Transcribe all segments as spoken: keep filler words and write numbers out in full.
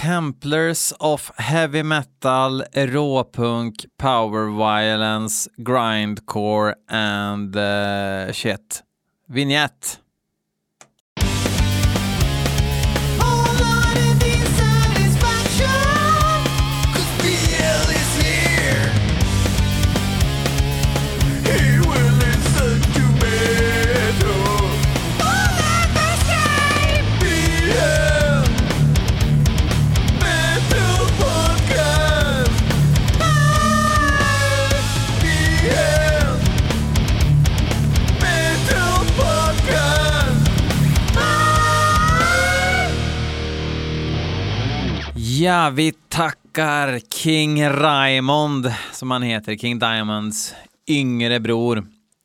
Templars of heavy metal, råpunk, power violence, grindcore and uh, shit. Vignett. Ja, vi tackar King Raymond, som han heter, King Diamonds yngre bror.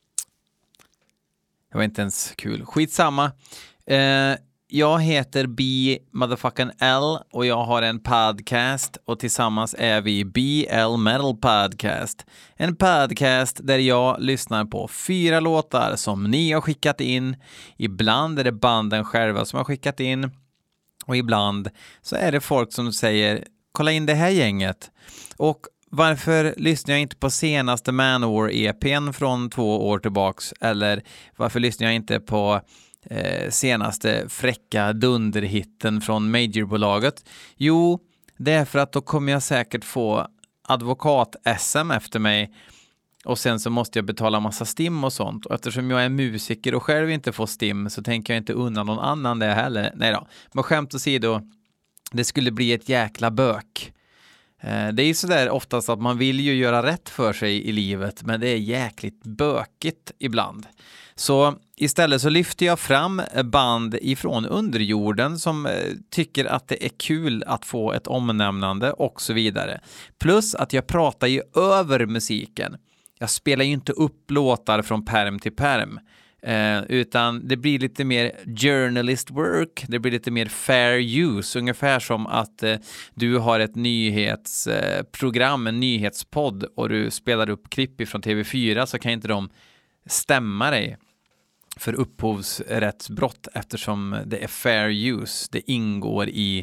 Det var inte ens kul. Skitsamma. Eh, jag heter B motherfucking L och jag har en podcast och tillsammans är vi B L Metal Podcast. En podcast där jag lyssnar på fyra låtar som ni har skickat in. Ibland är det banden själva som har skickat in. Och ibland så är det folk som säger, kolla in det här gänget. Och varför lyssnar jag inte på senaste Manowar-E P:n från två år tillbaks? Eller varför lyssnar jag inte på eh, senaste fräcka dunderhitten från Majorbolaget? Jo, det är för att då kommer jag säkert få advokat-S M efter mig. Och sen så måste jag betala massa stim och sånt. Och eftersom jag är musiker och själv inte får stim så tänker jag inte undan någon annan det heller. Nej då. Men skämt åsido, det skulle bli ett jäkla bök. Eh, det är ju sådär oftast att man vill ju göra rätt för sig i livet. Men det är jäkligt bökigt ibland. Så istället så lyfter jag fram band ifrån underjorden som tycker att det är kul att få ett omnämnande och så vidare. Plus att jag pratar ju över musiken. Jag spelar ju inte upp låtar från perm till perm. Eh, utan det blir lite mer journalist work. Det blir lite mer fair use. Ungefär som att eh, du har ett nyhetsprogram, eh, en nyhetspodd. Och du spelar upp klipp från T V fyra så kan inte de stämma dig för upphovsrättsbrott. Eftersom det är fair use. Det ingår i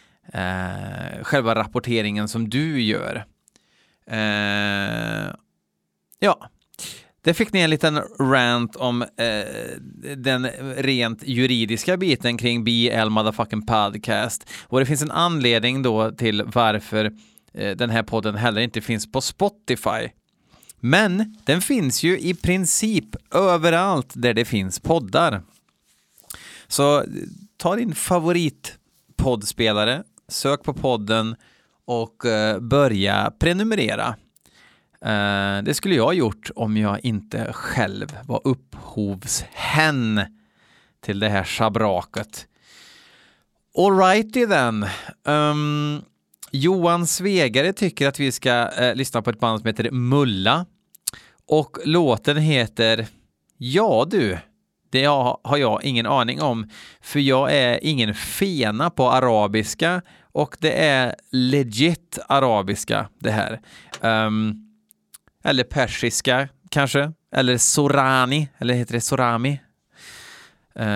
eh, själva rapporteringen som du gör. Eh... Ja, det fick ni en liten rant om eh, den rent juridiska biten kring B L motherfucking podcast. Och det finns en anledning då till varför eh, den här podden heller inte finns på Spotify. Men den finns ju i princip överallt där det finns poddar. Så ta din favoritpoddspelare, sök på podden och eh, börja prenumerera. Uh, det skulle jag ha gjort om jag inte själv var upphovshän till det här schabraket. All righty then. Um, Johan Svegare tycker att vi ska uh, lyssna på ett band som heter Mulla. Och låten heter Ja du. Det har jag ingen aning om. För jag är ingen fena på arabiska. Och det är legit arabiska det här. Um, Eller persiska kanske. Eller sorani. Eller heter det sorami? Uh,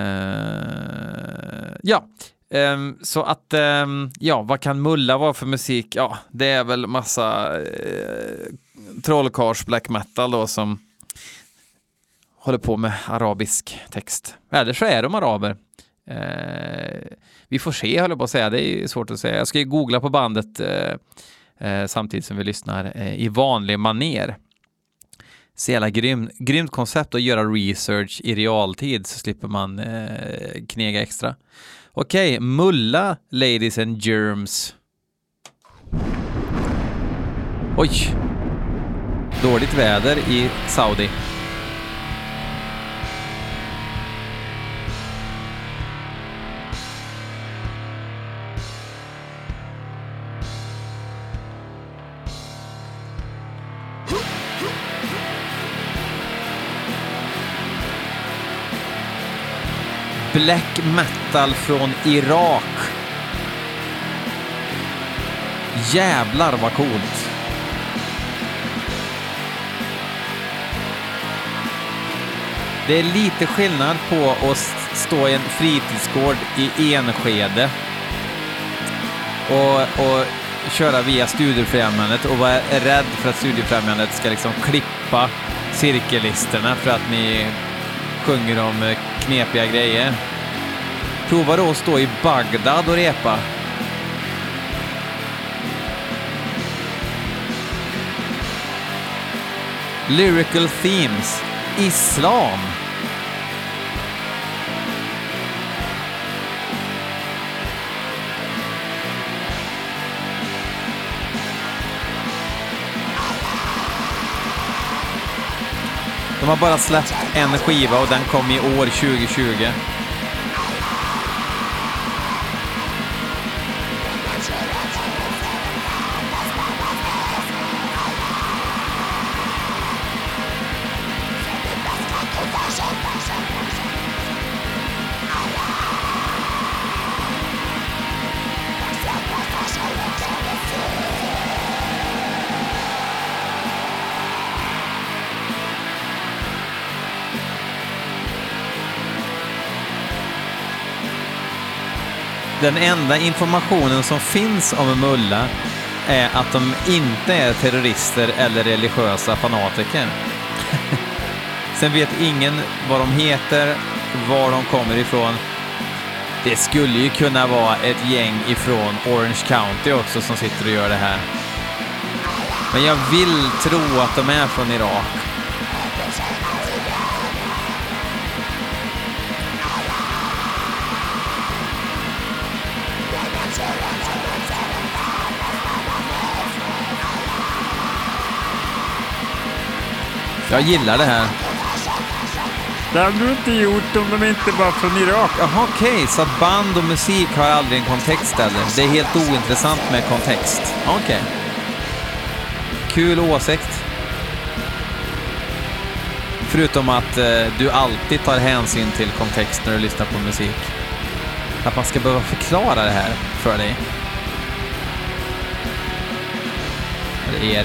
ja. Um, så att, um, ja, vad kan Mulla vara för musik? Ja, det är väl massa uh, trollkars black metal då som håller på med arabisk text. Eller så är de araber. Uh, vi får se, håller på att säga. Det är svårt att säga. Jag ska ju googla på bandet uh, uh, samtidigt som vi lyssnar uh, i vanlig maner. Så jävla grym, grymt koncept att göra research i realtid så slipper man uh, knega extra. Okej, okay, Mulla, ladies and germs. Oj. Dåligt väder i Saudi. Black metal från Irak. Jävlar vad coolt. Det är lite skillnad på att stå i en fritidsgård i Enskede och, och köra via Studiefrämjandet och vara rädd för att Studiefrämjandet ska liksom klippa cirkellistorna för att ni sjunger om knepiga grejer. Prova då att stå i Bagdad och repa. Lyrical themes. Islam. De har bara släppt en skiva och den kom i år tjugo tjugo. Den enda informationen som finns om Mulla är att de inte är terrorister eller religiösa fanatiker. Sen vet ingen vad de heter, var de kommer ifrån. Det skulle ju kunna vara ett gäng ifrån Orange County också som sitter och gör det här. Men jag vill tro att de är från Irak. Jag gillar det här. Det hade du inte gjort om de inte var från Irak. Jaha, okej. Okay. Så att band och musik har aldrig en kontext eller? Det är helt ointressant med kontext. Okej. Okay. Kul åsikt. Förutom att eh, du alltid tar hänsyn till kontext när du lyssnar på musik. Att man ska behöva förklara det här för dig. Eller er.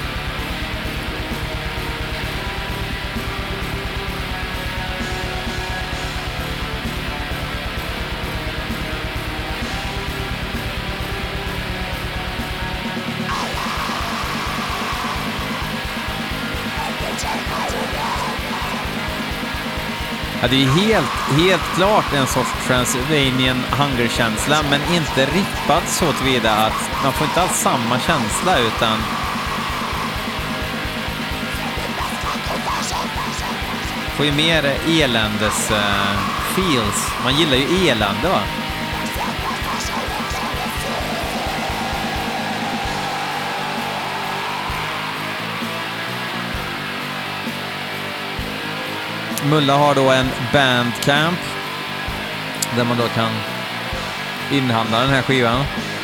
Ja, det är helt, helt klart en sorts Transylvanian hunger-känsla, men inte rippad så tillvida att man får inte alls samma känsla, utan får ju mer eländes uh, feels. Man gillar ju elände, va? Mulla har då en Bandcamp där man då kan inhandla den här skivan.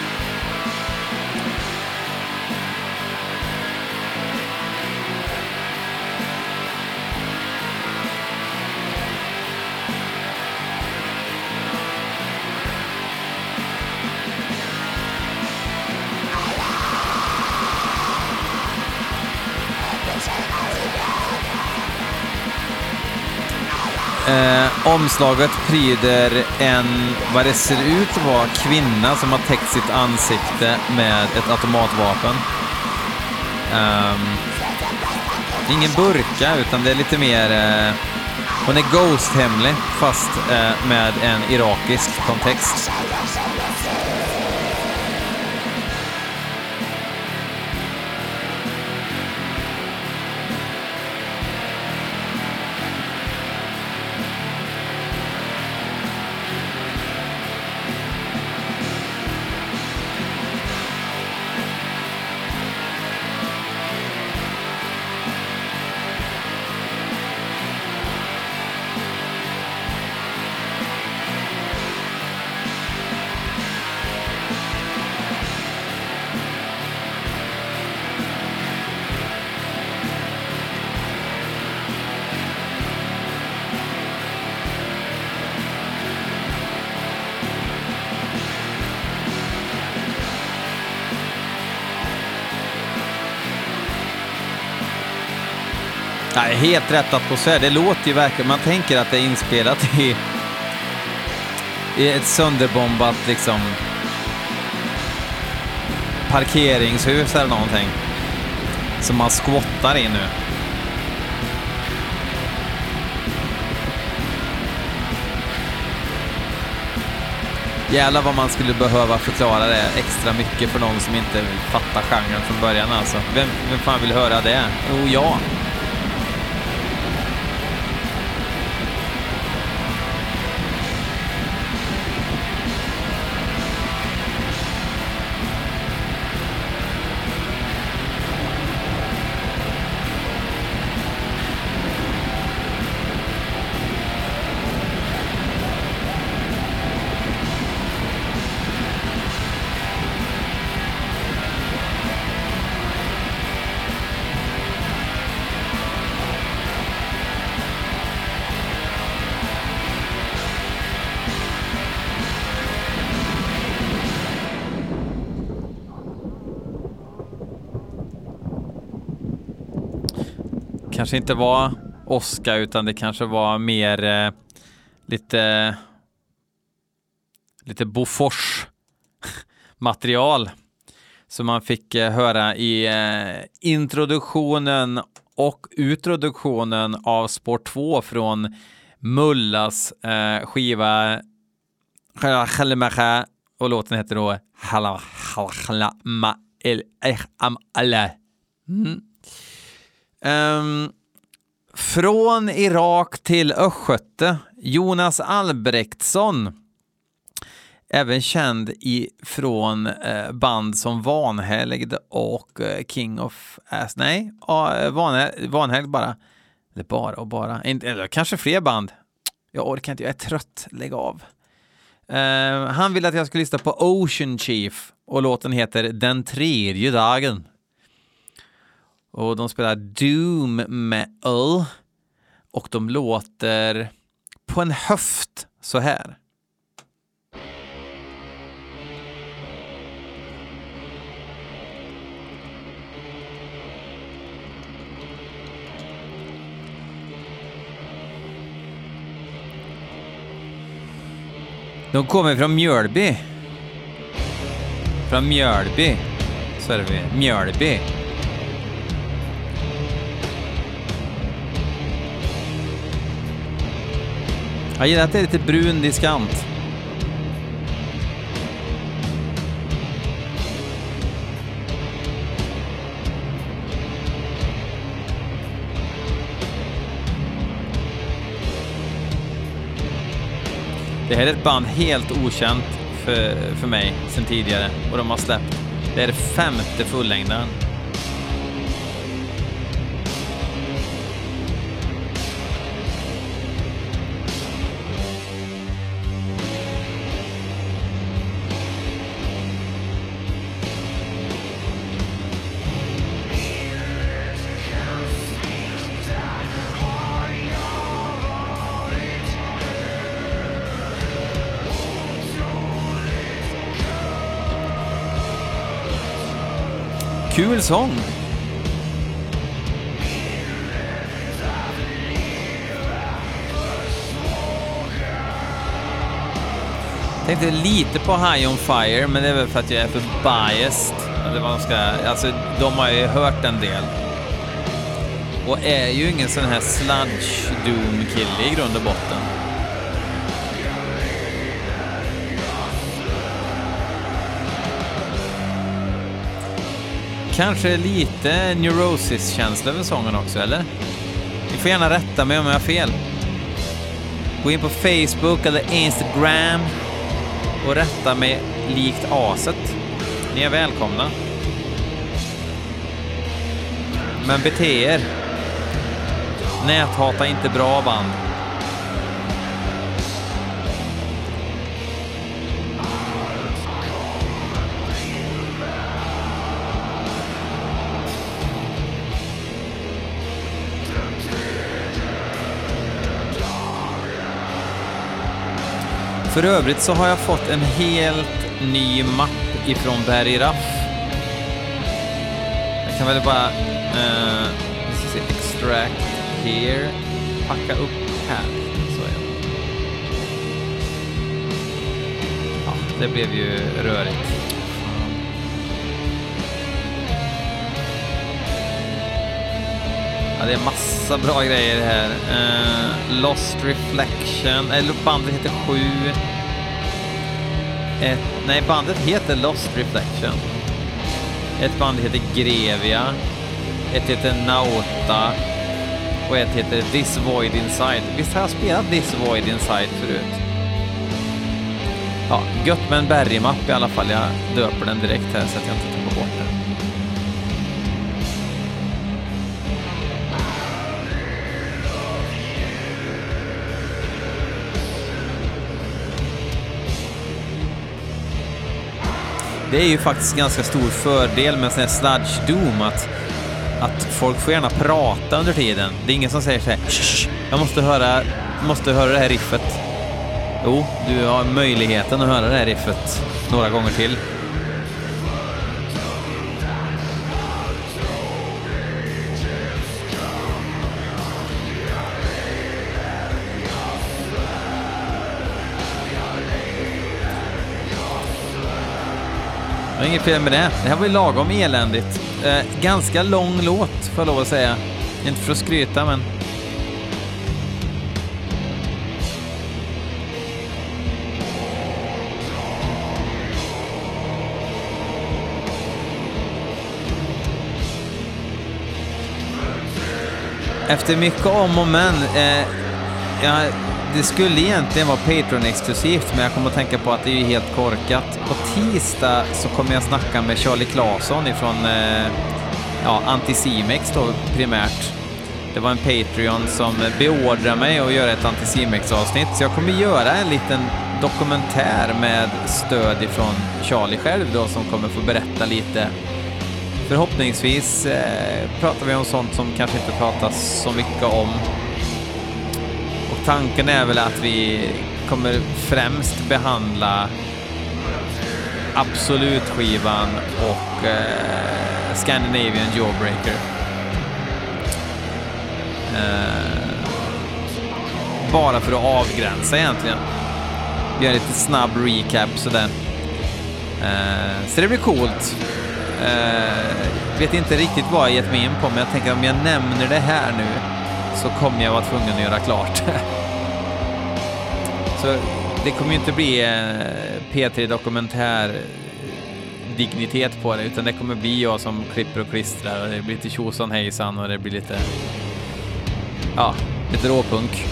Eh, omslaget pryder en, vad det ser ut att vara, kvinna som har täckt sitt ansikte med ett automatvapen. Um, ingen burka, utan det är lite mer eh, hon är ghost-hemlig fast eh, med en irakisk kontext. Nej, helt rätt atmosfär. Det låter ju verkligen, man tänker att det är inspelat i, i ett sönderbombat liksom parkeringshus eller någonting som man skottar in nu. Jävlar vad man skulle behöva förklara det extra mycket för någon som inte fattar genren från början alltså. Vem, vem fan vill höra det? Jo, ja. Kanske inte var Oscar utan det kanske var mer eh, lite lite Bofors material som man fick eh, höra i eh, introduktionen och utroduktionen av Spår två från Mullas eh, skiva och låten heter då mm. Um, från Irak till Östgöte, Jonas Albrektsson, även känd i, från uh, band som Vanhelgd och uh, King of Ass, nej, uh, Vanhelgd, Vanhelgd bara, eller bara och bara, inte, eller kanske fler band, jag orkar inte, jag är trött, lägg av. Uh, han ville att jag skulle lyssna på Ocean Chief och låten heter Den tredje dagen. Och de spelar doom metal och de låter på en höft så här. De kommer från Mjölby. Från Mjölby. Så är det vi. Mjölby. Jag gillar att det är lite brun diskant. Det här är ett band helt okänt för, för mig sedan tidigare. Och de har släppt. Det är det femte fullängden. Kul sång. Tänkte lite på High on Fire, men det är väl för att jag är för biased. Eller vad ska, alltså, de har ju hört en del. Och är ju ingen sån här sludge doom kille i grund och botten. Kanske lite Neurosis-känsla över sången också, eller? Ni får gärna rätta mig om jag har fel. Gå in på Facebook eller Instagram och rätta mig likt aset. Ni är välkomna. Men bete er. Näthata inte bra band. För övrigt så har jag fått en helt ny mapp ifrån Berry Raff. Jag kan väl bara uh, extract here, packa upp här. Så ja. Ja, det blev ju rörigt. Ja, det är massa bra grejer här. Uh, Lost Reflection, eller bandet heter sju. Ett, nej, bandet heter Lost Reflection. Ett band heter Grevia. Ett heter Nauta. Och ett heter This Void Inside. Visst har jag spelat This Void Inside förut? Ja, gött med en bergmapp i alla fall. Jag döper den direkt här så att jag inte tappar bort den. Det är ju faktiskt ganska stor fördel med sån här sludge doom att, att folk får gärna prata under tiden. Det är ingen som säger så här: jag måste höra, måste höra det här riffet. Jo, du har möjligheten att höra det här riffet några gånger till. Det är inget fel med det. Det här var ju lagom eländigt. Eh, ganska lång låt, får jag lov att säga. Inte för att skryta, men... Efter mycket om och men... Eh, ja, det skulle egentligen vara Patreon-exklusivt, men jag kommer att tänka på att det är ju helt korkat. På tisdag så kommer jag snacka med Charlie Claesson ifrån eh, ja, Anticimex då primärt. Det var en Patreon som beordrade mig att göra ett Anticimex-avsnitt, så jag kommer göra en liten dokumentär med stöd ifrån Charlie själv då, som kommer få berätta lite. Förhoppningsvis eh, pratar vi om sånt som kanske inte pratas så mycket om. Och tanken är väl att vi kommer främst behandla Absolut-skivan och eh, Scandinavian Jawbreaker. Eh, bara för att avgränsa egentligen. Vi gör lite snabb recap sådär. Eh, så det blir coolt. Eh, vet inte riktigt vad jag gett mig in på, men jag tänker om jag nämner det här nu så kommer jag vara tvungen att göra klart. Så det kommer ju inte bli P tre dokumentär dignitet på det, utan det kommer bli jag som klipper och klistrar, och det blir lite tjosan hejsan och det blir lite ja, lite råpunk.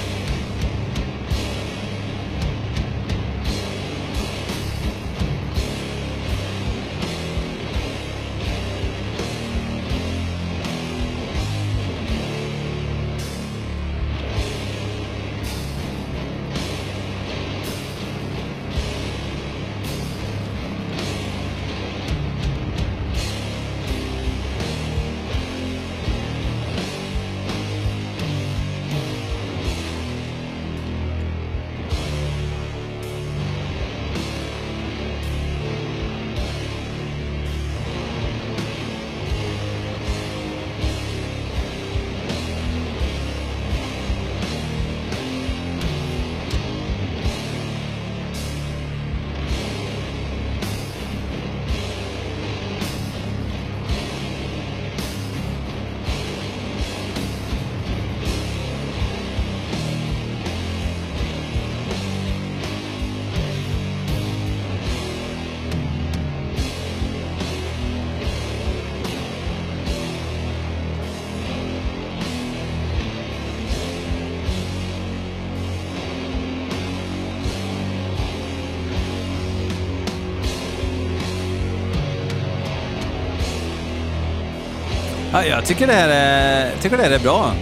Ja, jag tycker det här är, tycker det här är bra.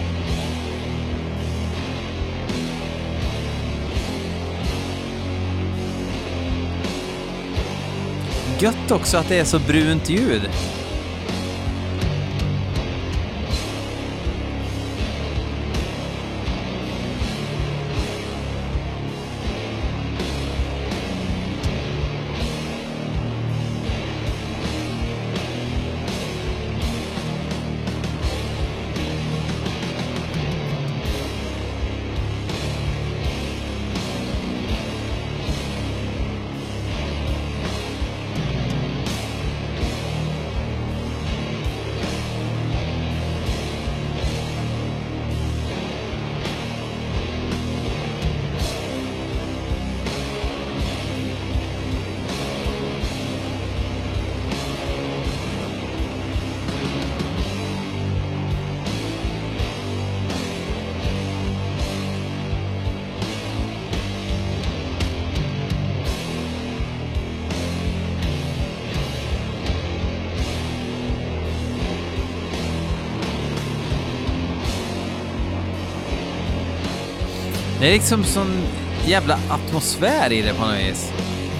Gött också att det är så brunt ljud. Det är liksom sån jävla atmosfär i det på något vis.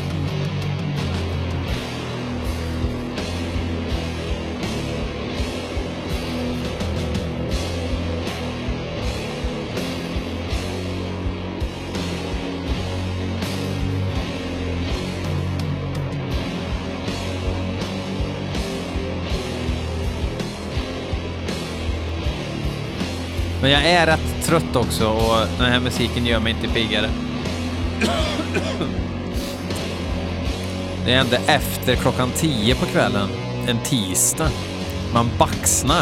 Men jag är rätt trött också och den här musiken gör mig inte piggare. Det är ändå efter klockan tio på kvällen, en tisdag. Man baxnar.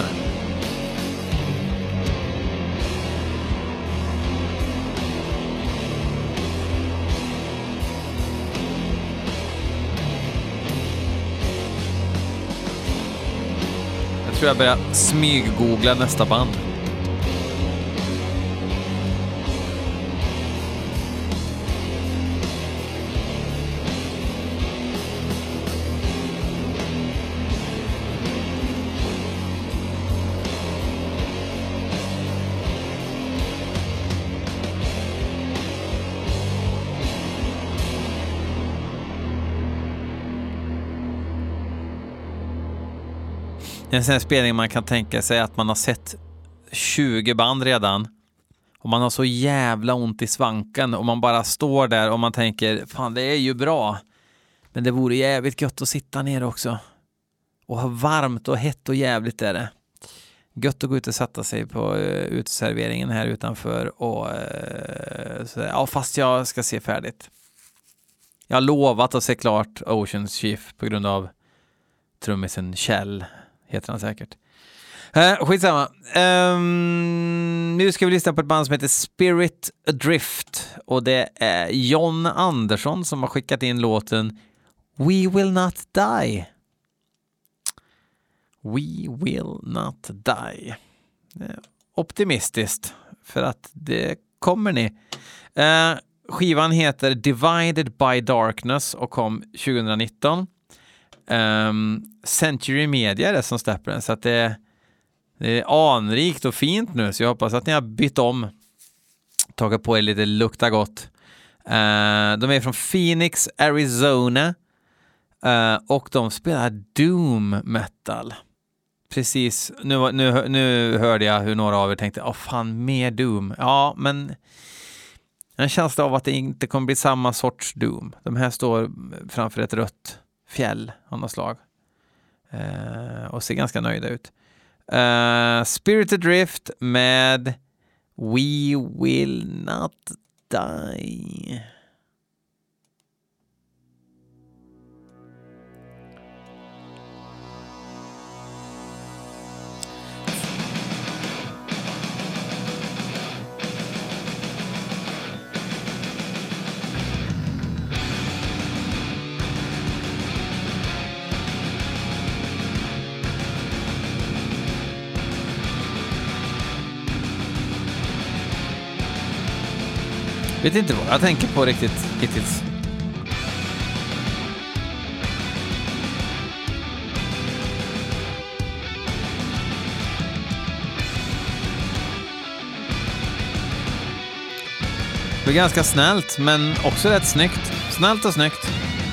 Jag tror jag börjar smyggoogla nästa band. En sån här spelning man kan tänka sig att man har sett tjugo band redan och man har så jävla ont i svanken och man bara står där och man tänker, fan det är ju bra, men det vore jävligt gött att sitta ner också och ha varmt och hett och jävligt är det. Gött att gå ut och sätta sig på uh, uteserveringen här utanför och uh, så, ja, fast jag ska se färdigt. Jag har lovat att se klart Ocean's Chief på grund av trummisen Kjell. Heter han säkert. Uh, skitsamma. Um, nu ska vi lyssna på ett band som heter Spirit Adrift. Och det är John Andersson som har skickat in låten We Will Not Die. We Will Not Die. Optimistiskt. För att det kommer ni. Uh, skivan heter Divided by Darkness och kom tjugonitton. Um, Century Media är det som släpper den, så att det, det är anrikt och fint nu, så jag hoppas att ni har bytt om, tagit på er lite lukta gott. Uh, de är från Phoenix, Arizona, uh, och de spelar doom metal. Precis, nu, nu, nu hörde jag hur några av er tänkte, åh fan, mer doom. Ja, men en känsla av att det inte kommer bli samma sorts doom. De här står framför ett rött fjäll av något slag. Uh, och ser ganska nöjda ut. Uh, Spirit Adrift med We Will Not Die. Vet inte vad jag tänker på riktigt hittills. Det är ganska snällt, men också rätt snyggt. Snällt och snyggt.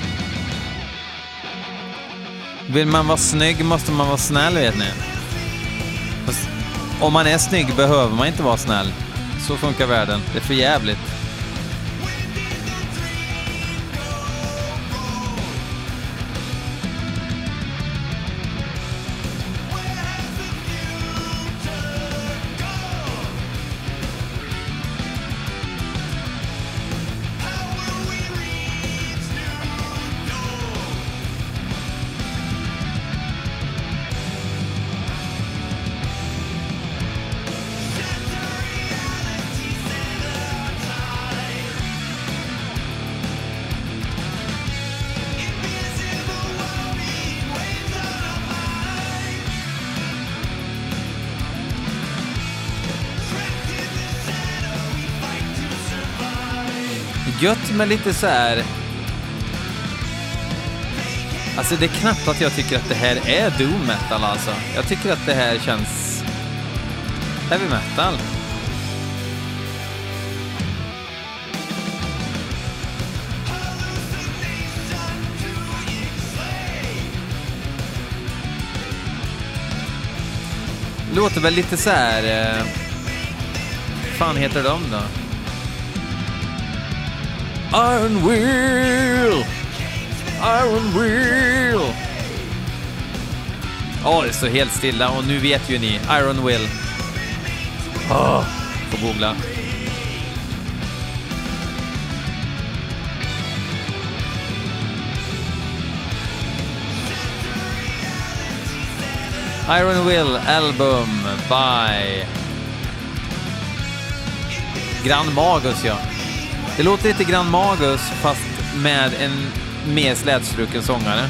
Vill man vara snygg måste man vara snäll, vet ni. Fast om man är snygg behöver man inte vara snäll. Så funkar världen. Det är för jävligt. Gött med lite så här. Alltså det är knappt att jag tycker att det här är doom metal alltså. Jag tycker att det här känns heavy metal. Låter väl lite så här. Eh, fan heter de då? Iron Wheel! Iron Wheel! Ja, oh, det står helt stilla och nu vet ju ni. Iron Wheel. Åh, oh, får googla. Iron Will album by Grand Magus, ja. Det låter lite Grand Magus fast med en mer slätstruken sångare.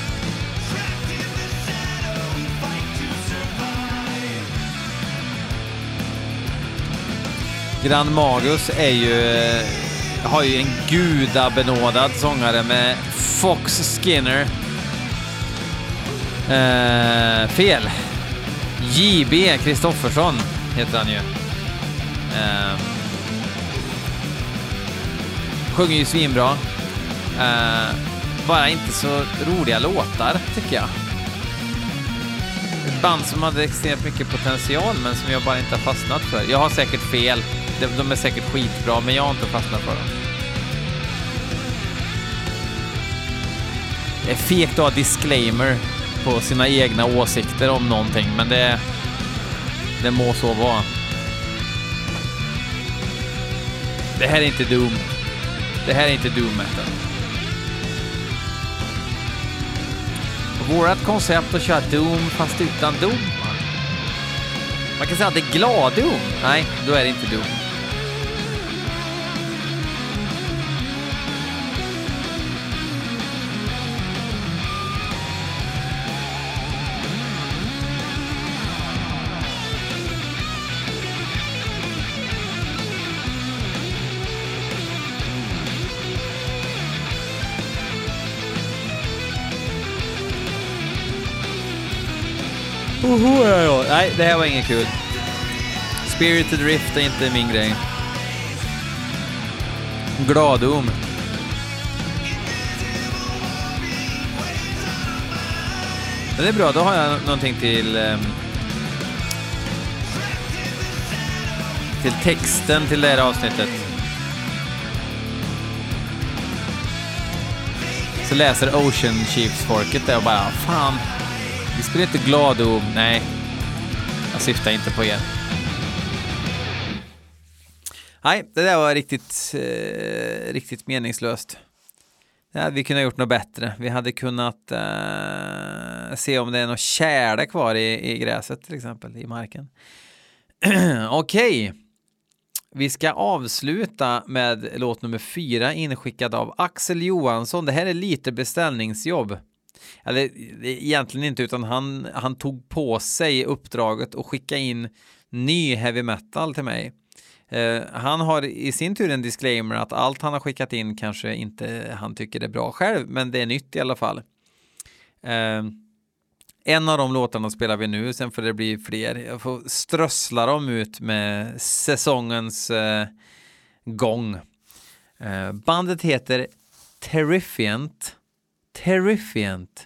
Grand Magus är ju har ju en gudabenådad sångare med Fox Skinner. Uh, fel. J B Kristoffersson heter han ju. Uh, sjunger ju svinbra. Uh, bara inte så roliga låtar, tycker jag. Ett band som hade extremt mycket potential men som jag bara inte har fastnat för. Jag har säkert fel. De, de är säkert skitbra, men jag har inte fastnat för dem. Det är fegt att ha disclaimer på sina egna åsikter om någonting, men det det må så vara. Det här är inte Doom. Det här är inte Doom metal. Vårat koncept att köra Doom fast utan Doom. Man kan säga att det är glad Doom. Nej, då är det inte Doom. Oho, ja, ja. Nej, det här var inget kul. Spirited Rift är inte min grej. Gladom. Men det är bra, då har jag någonting till um, till texten till det här avsnittet. Så läser Ocean Chiefs-folket där och bara, fan, vi spelar inte Gladom. Nej, jag syftar inte på er. Nej, det där var riktigt eh, riktigt meningslöst. Det hade vi kunnat gjort något bättre. Vi hade kunnat eh, se om det är något kärle kvar i, i gräset till exempel, i marken. Okej. Okay. Vi ska avsluta med låt nummer fyra, inskickad av Axel Johansson. Det här är lite beställningsjobb. Eller egentligen inte, utan han, han tog på sig uppdraget och skicka in ny heavy metal till mig. Uh, han har i sin tur en disclaimer att allt han har skickat in kanske inte han tycker det är bra själv, men det är nytt i alla fall. Uh, en av de låtarna spelar vi nu, sen får det bli fler. Jag får strössla dem ut med säsongens uh, gång. Uh, bandet heter Terrifiant. Terrifiant.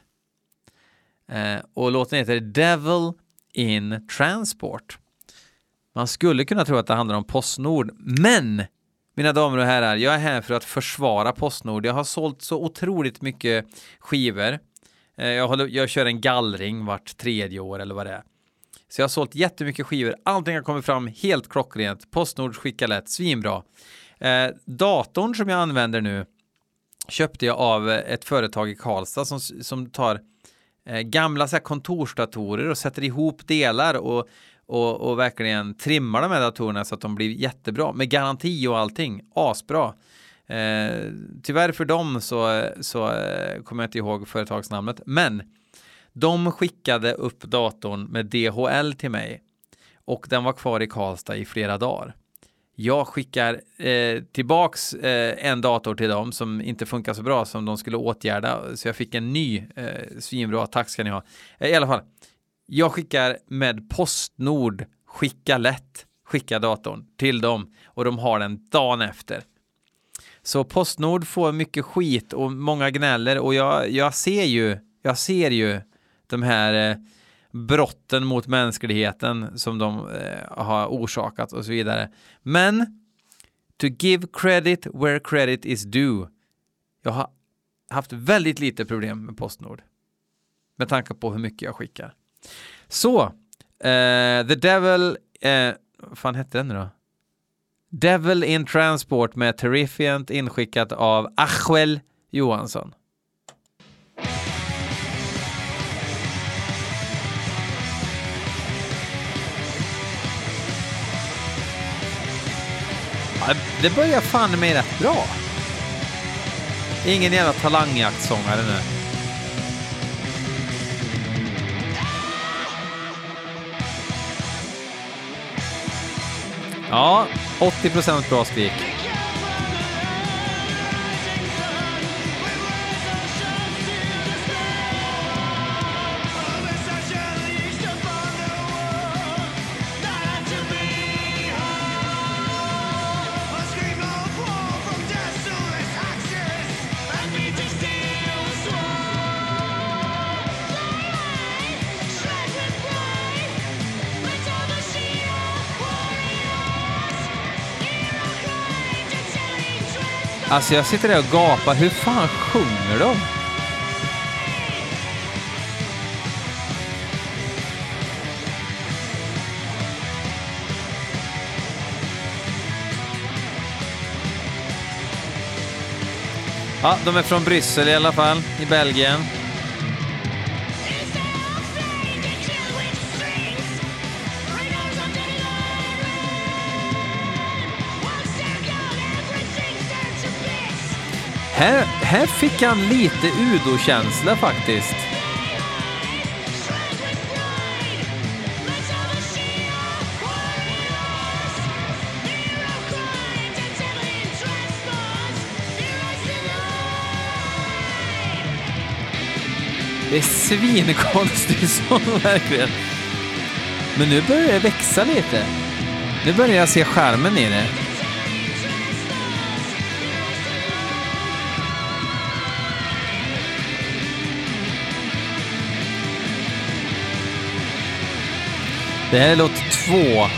Uh, och låten heter Devil in Transport. Man skulle kunna tro att det handlar om Postnord, men mina damer och herrar, jag är här för att försvara Postnord. Jag har sålt så otroligt mycket skivor. Jag, håller, jag kör en gallring vart tredje år eller vad det är. Så jag har sålt jättemycket skivor. Allting har kommit fram helt klockrent. Postnord skickar lätt, svinbra. Eh, datorn som jag använder nu köpte jag av ett företag i Karlstad som, som tar eh, gamla så här, kontorsdatorer och sätter ihop delar och Och, och verkligen trimmar de här datorerna så att de blir jättebra. Med garanti och allting. Asbra. Eh, tyvärr för dem så, så eh, kommer jag inte ihåg företagsnamnet. Men de skickade upp datorn med D H L till mig. Och den var kvar i Karlstad i flera dagar. Jag skickar eh, tillbaks eh, en dator till dem som inte funkar så bra som de skulle åtgärda. Så jag fick en ny eh, svinbra. Tack ska ni ha. Eh, I alla fall. Jag skickar med Postnord, skicka lätt, skicka datorn till dem och de har den dagen efter. Så Postnord får mycket skit och många gnäller och jag, jag ser ju jag ser ju de här eh, brotten mot mänskligheten som de eh, har orsakat och så vidare. Men to give credit where credit is due. Jag har haft väldigt lite problem med Postnord. Med tanke på hur mycket jag skickar. Så, eh, The Devil... Eh, vad fan hette den nu då? Devil in Transport med Terrifiant inskickat av Achuel Johansson. Ja, det börjar fan med rätt bra. Ingen jävla talangjaktsångare nu. Ja, åttio procent bra skrik. Alltså jag sitter där och gapar. Hur fan sjunger de? Ja, de är från Bryssel i alla fall, i Belgien. Här, här fick han lite Udo-känsla faktiskt. Det är svinkonstigt sång verkligen. Men nu börjar det växa lite. Nu börjar jag se skärmen i det. Det här är låt två.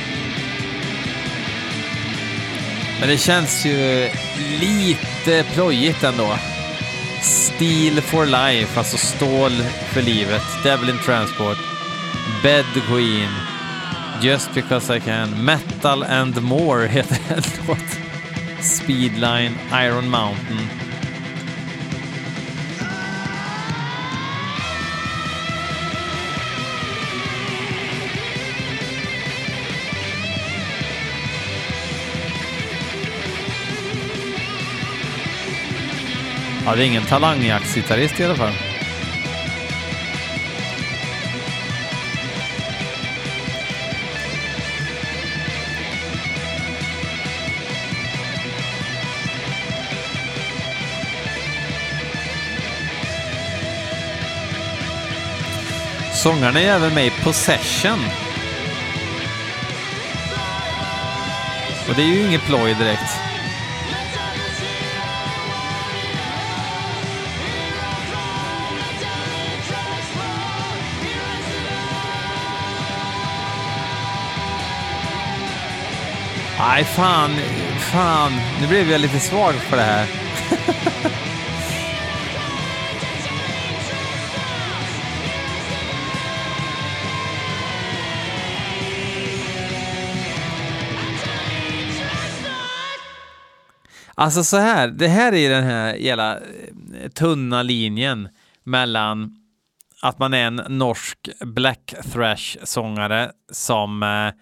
Men det känns ju lite plojigt ändå. Steel for life, alltså stål för livet. Devil in Transport. Bed Queen. Just because I can. Metal and more heter en låt. Speedline, Iron Mountain. Ja, det är ingen talangjaktsgitarrist i alla fall. Sångaren är även med i Possession. Och det är ju inget ploj direkt. Nej, fan, fan. Nu blev jag lite svag för det här. Alltså så här, det här är den här jävla tunna linjen mellan att man är en norsk black thrash-sångare som... Eh,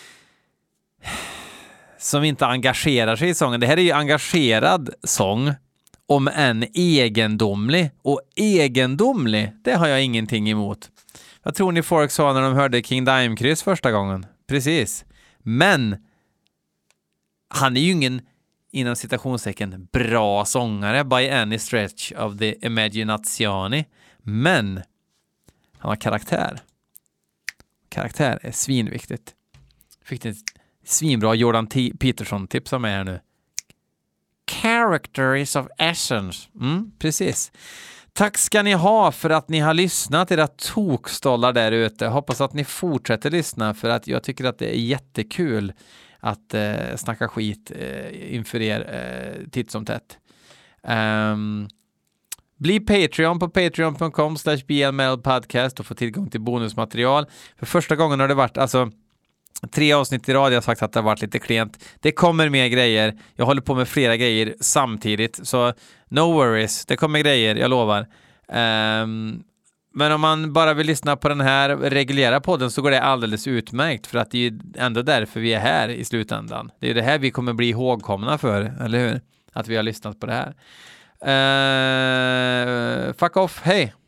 som inte engagerar sig i sången. Det här är ju engagerad sång, om en egendomlig. Och egendomlig, det har jag ingenting emot. Vad tror ni folk sa när de hörde King Diamond-kryss första gången? Precis. Men han är ju ingen, inom citationstecken, bra sångare by any stretch of the imaginationi. Men han har karaktär. Karaktär är svinviktigt. Fick det svinbra Jordan T- Peterson-tips som är här nu. Character is of essence. Mm, precis. Tack ska ni ha för att ni har lyssnat, era tokstollar där ute. Hoppas att ni fortsätter lyssna, för att jag tycker att det är jättekul att eh, snacka skit eh, inför er eh, titt som tätt. Um, bli Patreon på patreon dot com slash b l metal podcast och få tillgång till bonusmaterial. För första gången har det varit alltså tre avsnitt i rad. Jag har sagt att det har varit lite klent. Det kommer mer grejer. Jag håller på med flera grejer samtidigt, så no worries. Det kommer grejer, jag lovar. Um, men om man bara vill lyssna på den här reguljära podden så går det alldeles utmärkt, för att det är ändå därför vi är här i slutändan. Det är det här vi kommer bli ihågkomna för, eller hur? Att vi har lyssnat på det här. Uh, fuck off, hej!